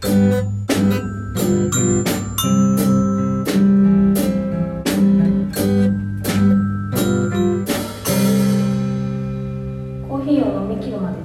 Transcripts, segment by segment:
コーヒーを飲み切るまで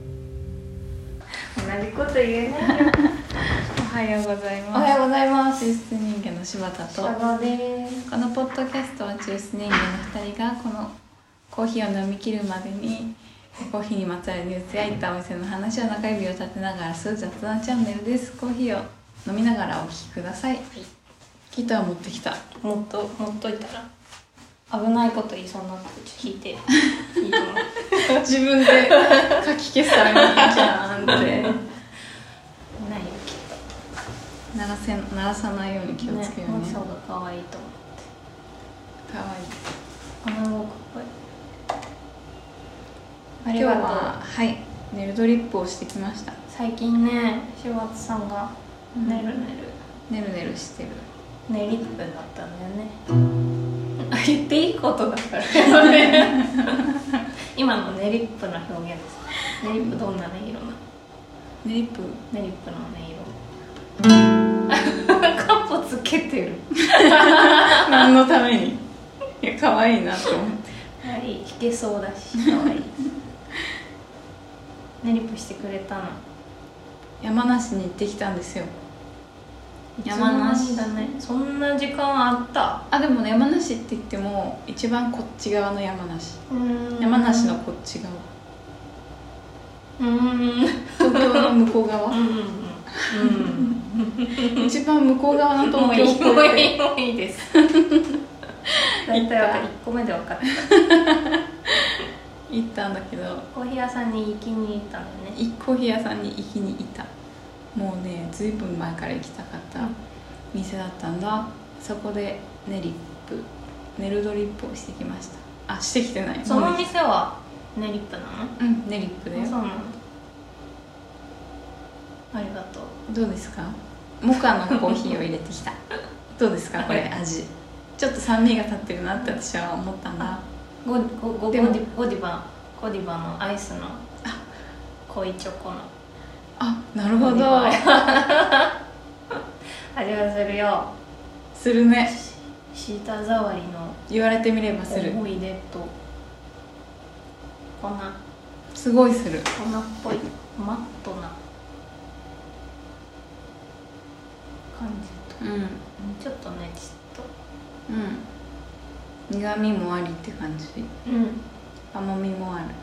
同じこと言えないよおはようございます。 おはようございます。 抽出人間の柴田と、 シャバです。 このポッドキャストは抽出人間の2人がこのコーヒーを飲み切るまでにコーヒーにまつわるニュースや行ったお店の話を中指を立てながらする雑談チャンネルです。コーヒーを飲みながらお聞きください。ギター持ってきた。 持っといたら危ないこと言いそうになってちょっと弾いていいと思う自分で書き消すためにじゃんってないよきっ鳴らさないように気とをつけようね。 マサが可愛いと思ってかわいい。 穴子かわいい。あ今日りがとう。 ははいネルドリップをしてきました。 最近ね柴田さんがねるネルネルしてる。 ねリップだったんだよね。言っていいことだからね今のねリップの表現です。ねリップどんな音色なの？ ネリップねリップの音色カッポつけてる何のために？いや可愛いなと思って。 はい、弾けそうだし可愛いねリップしてくれたの。 山梨に行ってきたんですよ。山梨だね。そんな時間あった？ あ、でもね、山梨って言っても一番こっち側の山梨。山梨のこっち側。東京の向こう側。一番向こう側の東京。 もういいです大体1個目で分かった行ったんだけど、 コーヒー屋さんに行きに行ったんだよね。 コーヒー屋さんに行きに行った。もうね、ずいぶん前から行きたかった店だったんだ。そこでネルドリップをしてきました。あ、してきてない。 その店はネリップなの？ うん、ネリップだよ。 そうなの。ありがとう。 どうですか？モカのコーヒーを入れてきた。どうですかこれ味？ちょっと酸味が立ってるなって私は思ったんだ。 ゴディバのアイスの濃いチョコのあ、なるほど。 味がするよ。 するね。 舌触りの言われてみればする。 思い出と粉すごいする。 粉っぽいマットな感じと、ちょっとねちょっと苦味もありって感じ。甘みもある。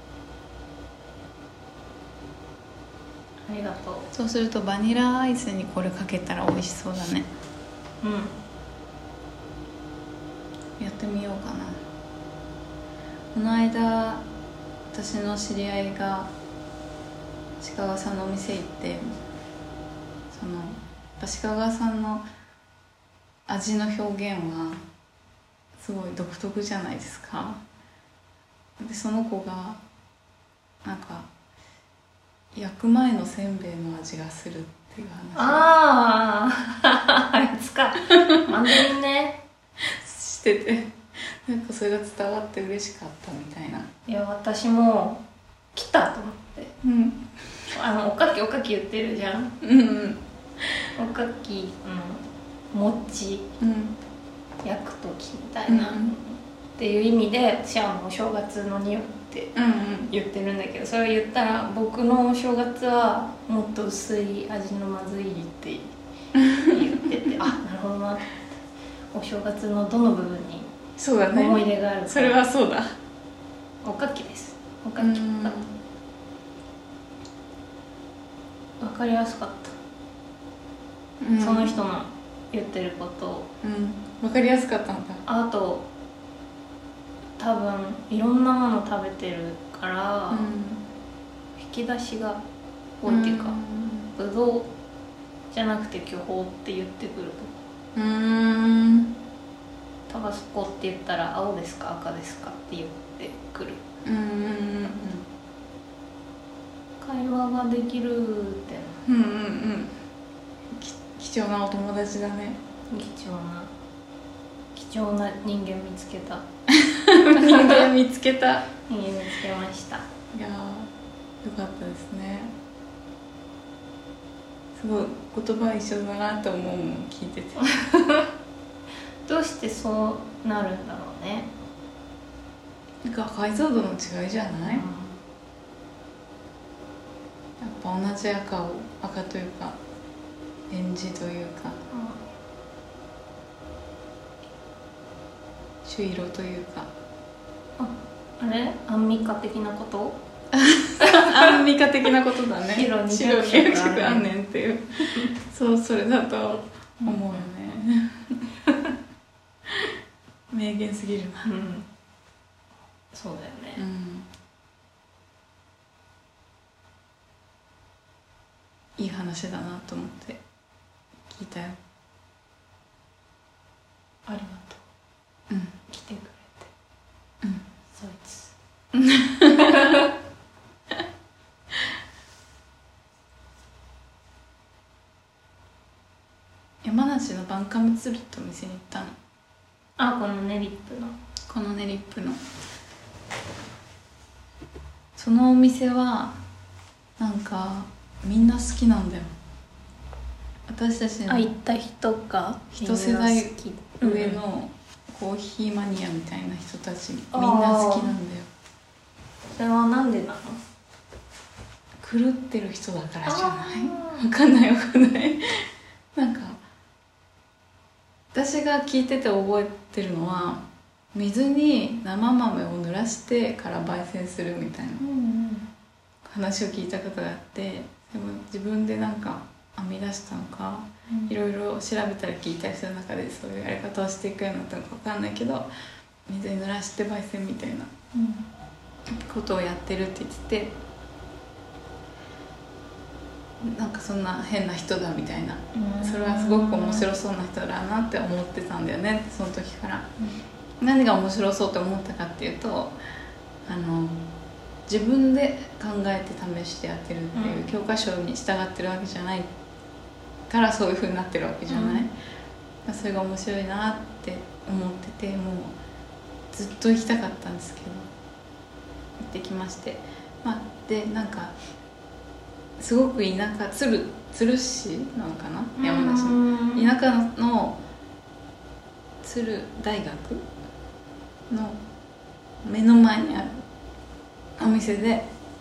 ありがとう。 そうするとバニラアイスにこれかけたら美味しそうだね。やってみようかな。この間私の知り合いが鹿川さんのお店行って、鹿川さんの味の表現はすごい独特じゃないですか。でその子がなんか焼く前のせんべいの味がするっていう話あいつかマンドリンねしてて、なんかそれが伝わって嬉しかったみたいな。 いや私も来たと思って、おかき言ってるじゃん。おかき餅、焼く時みたいな、っていう意味で私はお正月の匂いって言ってるんだけど、それを言ったら僕のお正月はもっと薄い味のまずいって言っててあ、なるほどなって。お正月のどの部分にそうだね、 思い出があるか。 それはそうだ。 おかきです。おかきか分かりやすかった、その人の言ってることを、 分かりやすかったんだ。 あと多分いろんなもの食べてるから、引き出しが多いっていうか、ぶどうじゃなくて巨峰って言ってくるとか、タバスコって言ったら青ですか赤ですかって言ってくる。会話ができるって貴重なお友達だね。 貴重な人間見つけた人間見つけました。いやー、よかったですね。すすごい言葉一緒だなと思うもん聞いててどうしてそうなるんだろうね。 なんか解像度の違いじゃない、やっぱ同じ赤というかエンジというか、朱色というか、 あれアンミカ的なことアンミカ的なことだね。 白200 色あんねんっていうそうそれだと思うよね名言すぎるな、 そうだよね、 いい話だなと思って聞いたよ。 ありがとう、来てくれて、そいつ山梨のバンカムツルってお店に行ったの。 このねリップのそのお店はなんかみんな好きなんだよ。私たちの行った人が一世代上のコーヒーマニアみたいな人たちみんな好きなんだよ。 それはなんでなの？ 狂ってる人だからじゃない？わかんないなんか私が聞いてて覚えてるのは、水に生豆を濡らしてから焙煎するみたいな話を聞いたことがあって、でも自分でなんか編み出したのか、いろいろ調べたり聞いたりする中でそういうやり方をしていくようになったのか分かんないけど、水に濡らして焙煎みたいなことをやってるって言ってて、なんかそんな変な人だみたいな、それはすごく面白そうな人だなって思ってたんだよね、その時から。何が面白そうと思ったかっていうと、自分で考えて試してやってるっていう、教科書に従ってるわけじゃないからそういう風になってるわけじゃない、それが面白いなって思ってて、もうずっと行きたかったんですけど行ってきまして、でなんかすごく田舎、鶴市なのかな、山梨の田舎の鶴大学の目の前にあるお店で、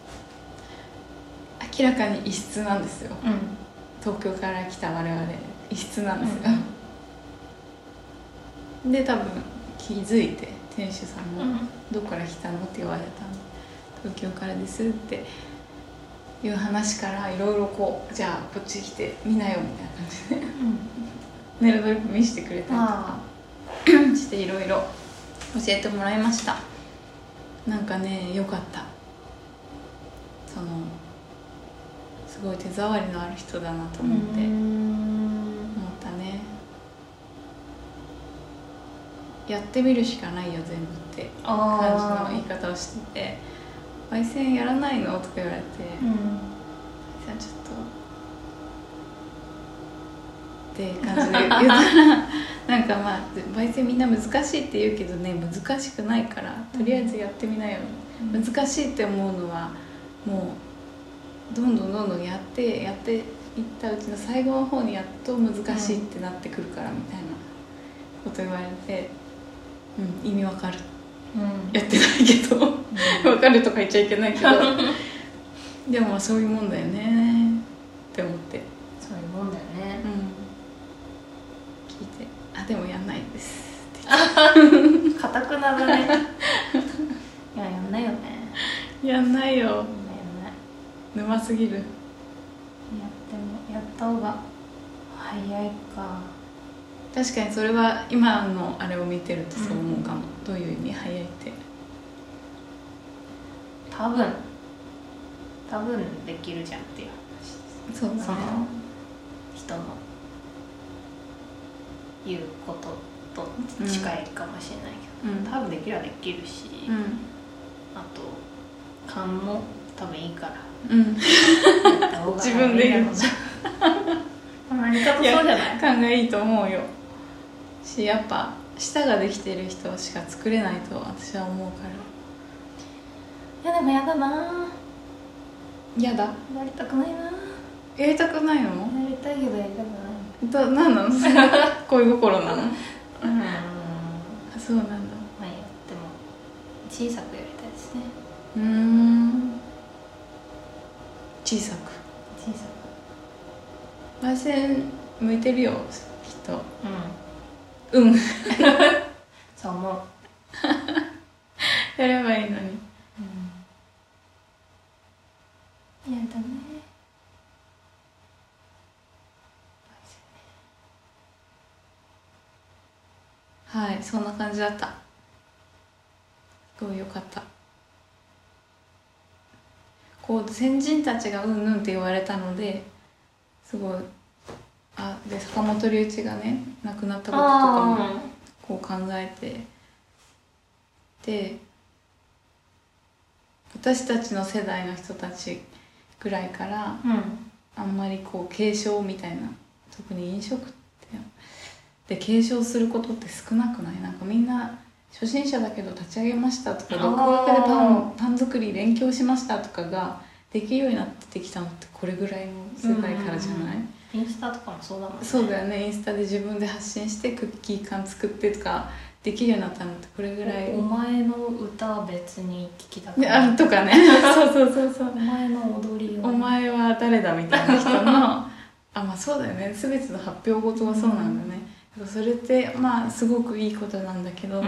明らかに異質なんですよ、東京から来た我々異質なんですよ、で多分気づいて店主さんも「どこから来たの?」って言われたの。東京からですっていう話からいろいろこう、じゃあこっち来て見なよみたいな感じで、ネルドリップ見せてくれたりとかしていろいろ教えてもらいました。なんかね、よかった。すごい手触りのある人だなと思ったね。やってみるしかないよ全部って感じの言い方をしてて、焙煎やらないのとか言われて、焙煎ちょっとって感じで言ったらなんか焙煎みんな難しいって言うけどね、難しくないからとりあえずやってみなよ、難しいって思うのはもうどんどんやっていったうちの最後の方にやっと難しいってなってくるからみたいなこと言われて、意味わかる、やってないけどわかるとか言っちゃいけないけどでもそういうもんだよねって思って、 そういうもんだよね、 聞いて、でもやんないですってかたくなだねいや、やんないよね。 やんないよ、 やんない。 沼すぎる。 やった方が早いか。 確かにそれは今のあれを見てるとそう思うかも、どういう意味早いって。 多分できるじゃんっていう話。そうだね。 その人の言うことと近いかもしれないけど、多分できるはできるし、あと勘も多分いいから、 自分で言うじゃん何かとそうじゃない？ 勘がいいと思うよし、やっぱ舌ができてる人しか作れないと私は思うから。 いやでもやだな。 やだ。 やりたくないな。 やりたくないの？ やりたいけどやりたくない。 何なのそれ恋心なの？ あそうなんだ。 まあいいや、でも小さくやりたいですね。 小さく小さく。 焙煎向いてるよきっと。 そう思う。 やればいいのに。 やだね。 はい、そんな感じだった。すごい良かった。こう先人たちがうんうんって言われたのですごい。で坂本龍一がね亡くなったこととかもこう考えて、で私たちの世代の人たちぐらいから、あんまりこう継承みたいな、特に飲食で継承することって少なくない？なんかみんな初心者だけど立ち上げましたとか、独学でパン作り勉強しましたとかができるようになってきたのってこれぐらいの世代からじゃない？ インスタとかもそうだもんね。 そうだよね。インスタで自分で発信してクッキー缶作ってとかできるようになったのってこれぐらい。 お前の歌は別に聞きたくない、 とかねそうお前の踊りを、 お前は誰だみたいな人のまあそうだよね。全ての発表事はそうなんだね。それってまあすごくいいことなんだけど、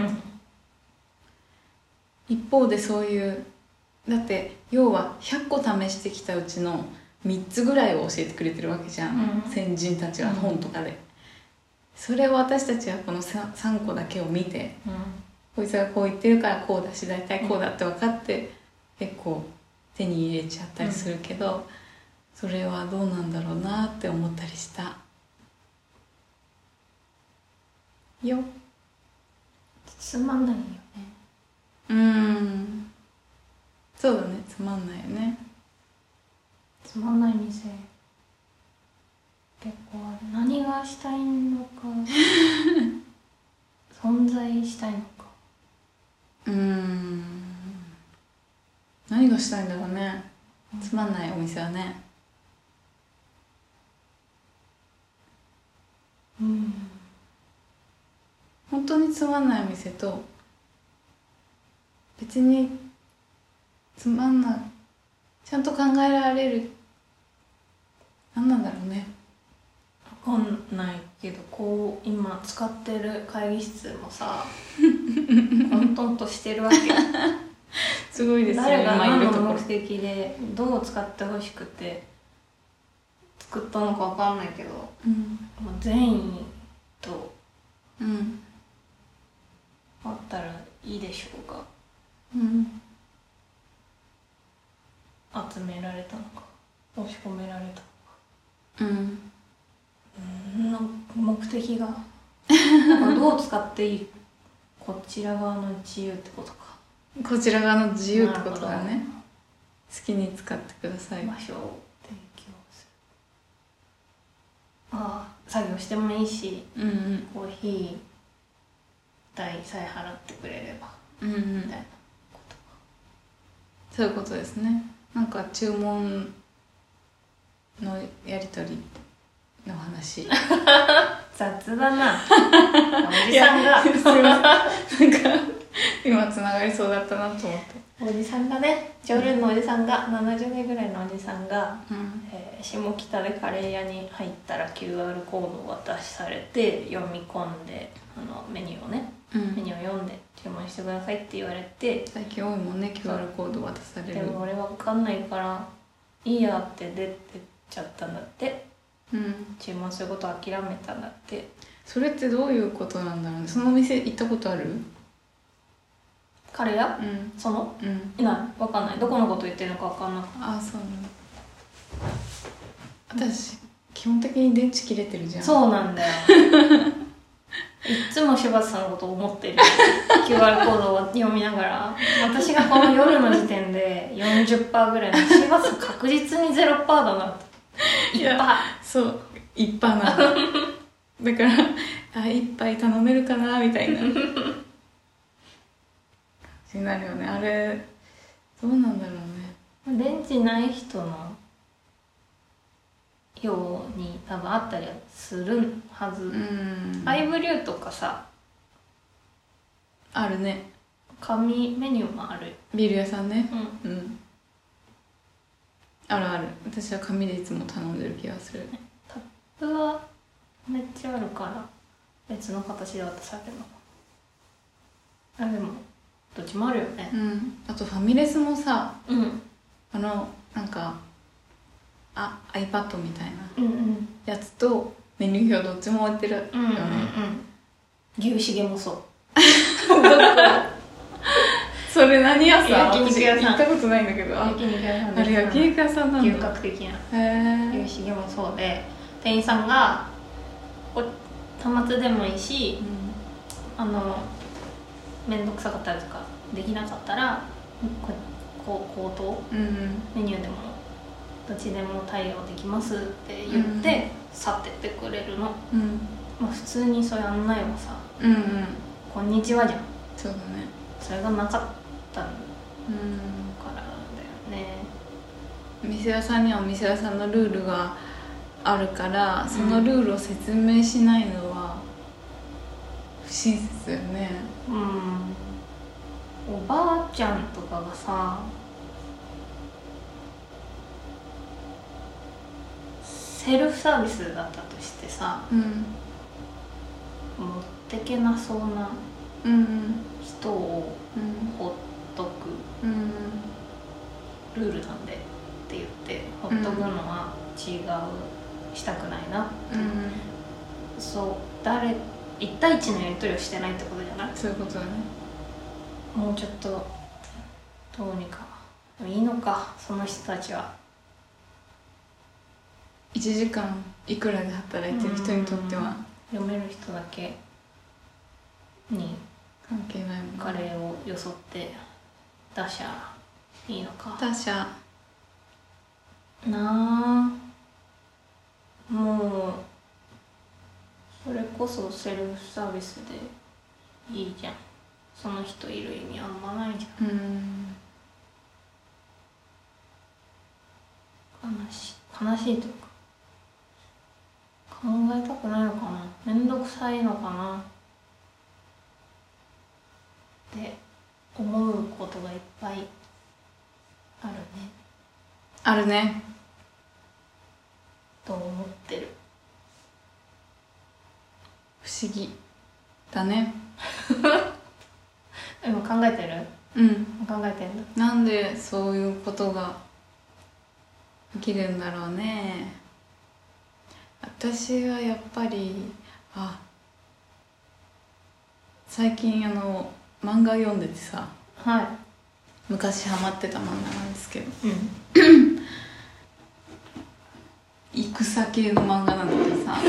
一方でそういうだって要は100個試してきたうちの3つぐらいを教えてくれてるわけじゃん、先人たちは本とかで。それを私たちはこの 3個だけを見て、こいつがこう言ってるからこうだし大体こうだって分かって結構手に入れちゃったりするけど、それはどうなんだろうなって思ったりしたよ。 つまんないよね。 そうだね、つまんないよね。 つまんない店結構ある。何がしたいのか存在したいのか。 何がしたいんだろうね。つまんないお店はね。本当につまんないお店と別につまんないちゃんと考えられる、何なんだろうね。 分かんないけど、こう今使ってる会議室もさ混沌としてるわけすごいですよ。 誰が何の目的でどう使ってほしくて作ったのか分かんないけど、善意とあったらいいでしょうが、集められたのか押し込められたのか、目的がどう使っていいこちら側の自由ってことか。 こちら側の自由ってことだね。好きに使ってください。 場所を提供する。作業してもいいし、コーヒー代さえ払ってくれれば、みたいなことか。 そういうことですね。なんか注文のやり取りの話雑だなおじさんがすいません、なんか今つながりそうだったなと思って。 おじさんがね、常連のおじさんが70代ぐらいのおじさんが、下北でカレー屋に入ったら QR コードを渡されて読み込んでメニューをね、メニューを読んで注文してくださいって言われて、 最近多いもんね QR コード渡される。 でも俺分かんないからいいやって出てっちゃったんだって、注文することを諦めたんだって。 それってどういうことなんだろうね。そのお店行ったことある？ カレー屋？その？いない、分かんない。どこのこと言ってるのか分かんない。 そうなの。私基本的に電池切れてるじゃん。 そうなんだよいつも柴田さんのこと思ってるQR コードを読みながら、私がこの夜の時点で 40% ぐらいの柴田さん確実に 0% だなって。 そう1%なのだから一杯頼めるかなみたいな感じになるよね。あれどうなんだろうね。 電池ない人の喜ように多分あったりはするはず。アイブリューとかさあるね。 紙メニューもある。 ビール屋さんね。 うん、 あるある。私は紙でいつも頼んでる気がする。 タップはめっちゃあるから別の形で渡されるのか。でもどっちもあるよね。 あとファミレスもさ、なんかiPad みたいなやつとメニュー表どっちも置いてるよね。 牛しげもそう。 それ何屋さん？ 焼肉屋さん。 行ったことないんだけど。 焼肉屋さん。 あれ焼肉屋さんなんだ。 牛角的な。牛しげもそうで、店員さんが端末でもいいし、面倒くさかったりとかできなかったら口頭、メニューでもどっちでも対応できますって言って、去ってってくれるの。まあ、普通にそういう案内はさ、こんにちはじゃん。 そうだね。 それがなかったからだよね。 お店屋さんにはお店屋さんのルールがあるから、そのルールを説明しないのは不親切だよね。 おばあちゃんとかがさセルフサービスだったとしてさ、持ってけなそうな人をほっとく、ルールなんでって言ってほっとくのは違う、したくないなって、そう1対1のやり取りをしてないってことじゃない？ そういうことだね。 もうちょっとどうにかいいのか、その人たちは。 1時間いくらで働いてる人にとっては読める人だけに関係ないもんね。 カレーをよそって出しゃいいのか。 他社なあ、もうそれこそセルフサービスでいいじゃん。その人いる意味あんまないじゃん。悲しいというか考えたくないのかな、めんどくさいのかなって思うことがいっぱいあるね。 あるねと思ってる。 不思議だね。 今考えてる？考えてんだ。 なんでそういうことが起きるんだろうね。私はやっぱり最近漫画読んでてさ、昔ハマってた漫画なんですけど、戦系の漫画なんだけどさ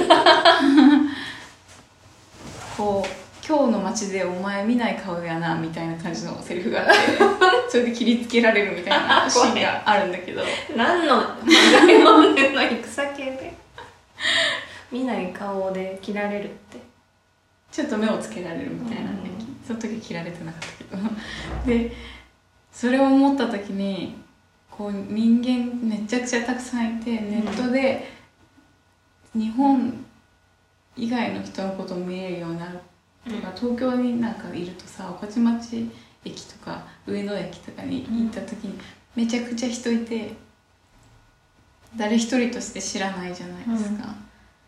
こう今日の街でお前見ない顔やなみたいな感じのセリフがあってそれで切りつけられるみたいなシーンがあるんだけど何の漫画読んでんの？戦系で見ない顔で切られるってちょっと目をつけられるみたいなね、その時切られてなかったけどでそれを思った時にこう人間めちゃくちゃたくさんいて、ネットで日本以外の人のことを見えるようになるとか、東京になんかいるとさ、御徒町駅とか上野駅とかに行った時にめちゃくちゃ人いて、誰一人として知らないじゃないですか、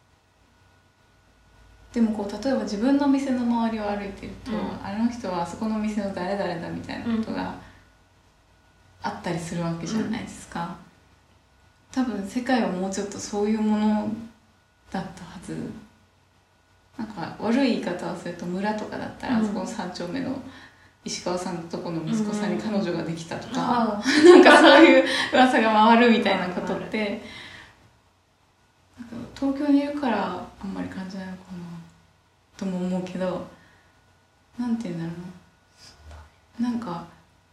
でもこう例えば自分の店の周りを歩いてると、あの人はあそこの店の誰々だみたいなことがあったりするわけじゃないですか、多分世界はもうちょっとそういうものだったはず。なんか悪い言い方をすると、村とかだったら、そこの3丁目の石川さんのとこの息子さんに彼女ができたとか、なんかそういう噂が回るみたいなことってなんか東京にいるからあんまり感じないのかなとも思うけど、なんて言うんだろうな、なんか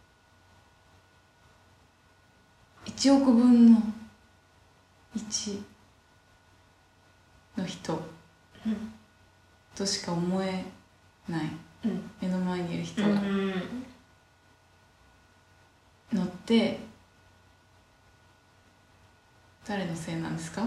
1億分の1の人としか思えない、目の前にいる人がのって、 誰のせいなんですか？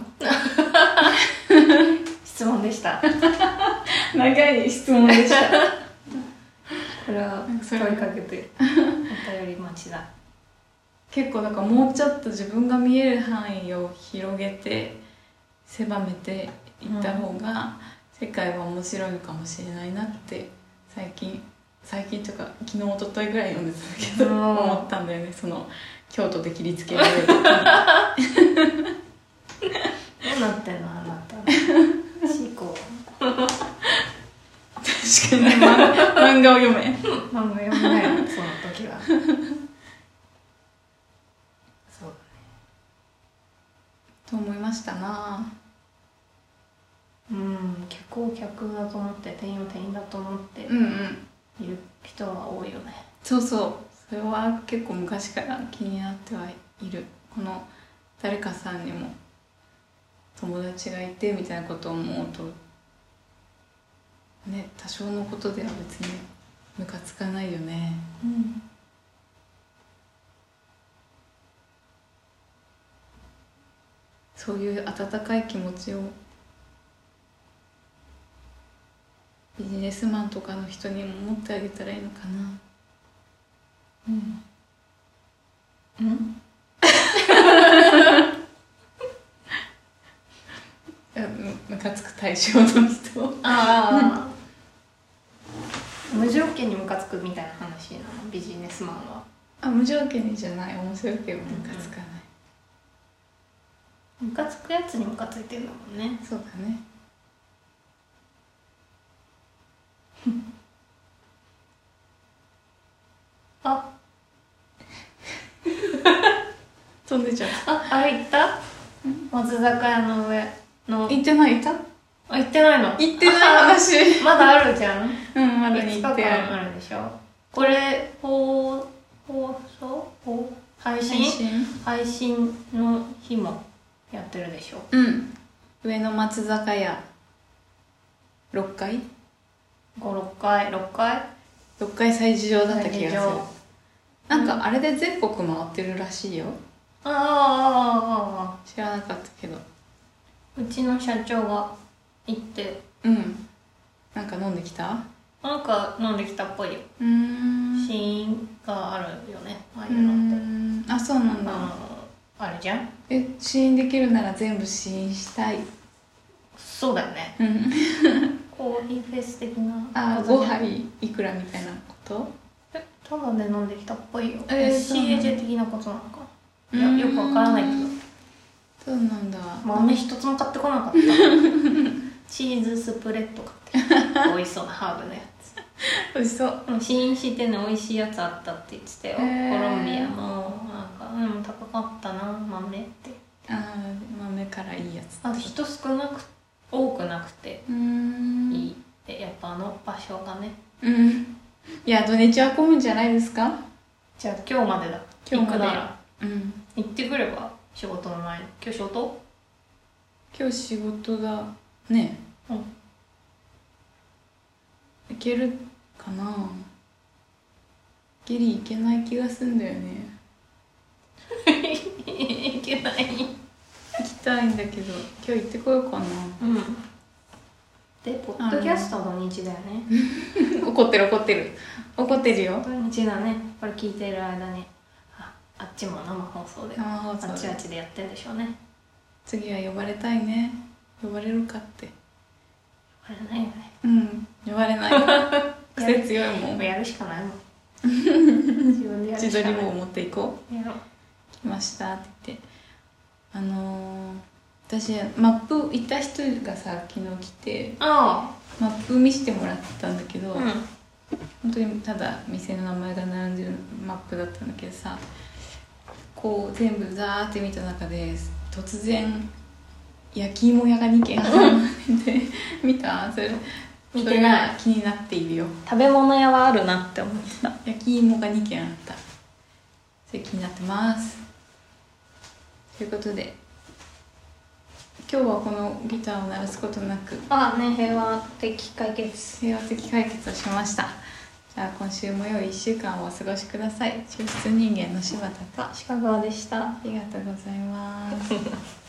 質問でした。 長い質問でした。 これは問いかけてお便り待ちだ。 結構だからもうちょっと自分が見える範囲を広げて狭めていった方が世界は面白いのかもしれないなって最近とか昨日一昨日ぐらい読んでたけど思ったんだよね。その京都で切りつけられる時にどうなってんのあなた思考確かに漫画を読め漫画読めないよその時はそうだねと思いましたな。 客を客だと思って店員を店員だと思っている人は多いよね。 そうそう、それは結構昔から気になってはいる。この誰かさんにも友達がいてみたいなことを思うとね、多少のことでは別にムカつかないよね。そういう温かい気持ちをビジネスマンとかの人にも持ってあげたらいいのかな。ムカつく対象の人無条件にムカつくみたいな話なのビジネスマンは。 無条件にじゃない、面白ければムカつかない。 ムカつくやつにムカついてるんだもんね。 そうだね。 あ飛んでちゃう。 あれ行った？松坂屋の上の。 行ってない？行った？ 行ってないの？ 行ってない話。 まだあるじゃん。 まだに行ってある。 あるでしょ。これ配信の日もやってるでしょ。 上の松坂屋6階 6階 6階催事場だった気がする。なんかあれで全国回ってるらしいよ。知らなかったけど、 うちの社長が行ってなんか飲んできた？ なんか飲んできたっぽいよ。試飲があるよね、ああいうのって。 そうなんだ。 あるじゃん。 試飲できるなら全部試飲したい。 そうだよね。コーヒーフェス的な。 5杯いくらみたいなこと？ ただで飲んできたっぽいよ。CAJ 的なことなのかな。よくわからないけど。 そうなんだ。 豆一つも買ってこなかった。チーズスプレッド買って美味しそうなハーブのやつ。 美味しそう。 試飲してね、美味しいやつあったって言ってたよ。コロンビアもなんか高かったな、豆って。 豆からいいやつ。 あと人多くなくていいって、やっぱ場所がね。 いや、土日は混むんじゃないですか？ じゃあ今日までだ。 今日まで。 行ってくれば仕事の前に。今日仕事？ 今日仕事だね。いけるかな。ギリいけない気がするんだよね。 いけない。 行きたいんだけど、今日行ってこようかな。 で、ポッドキャスト土日だよね。 怒ってるよ。 土日だね。これ聞いてる間にあっちも生放送であっちあっちでやってるでしょうね。 次は呼ばれたいね。呼ばれるかって。 呼ばれないよね。 呼ばれない。癖強いもん。 やるしかないもん。自分でやるしかない。 自撮り棒を持っていこう。 やろう。 来ましたって言って、私マップ行った人がさ昨日来てマップ見せてもらったんだけど、本当にただ店の名前が並んでるマップだったんだけどさ、こう全部ザーって見た中で突然焼き芋屋が2軒挟まってて見た？それが気になっているよ。 食べ物屋はあるなって思ってた。 焼き芋が2軒あった。それ気になってます。ということで今日はこのギターを鳴らすことなく平和的解決をしました。じゃあ今週も良い1週間をお過ごしください。抽出人間の柴田と鹿川でした。 ありがとうございます。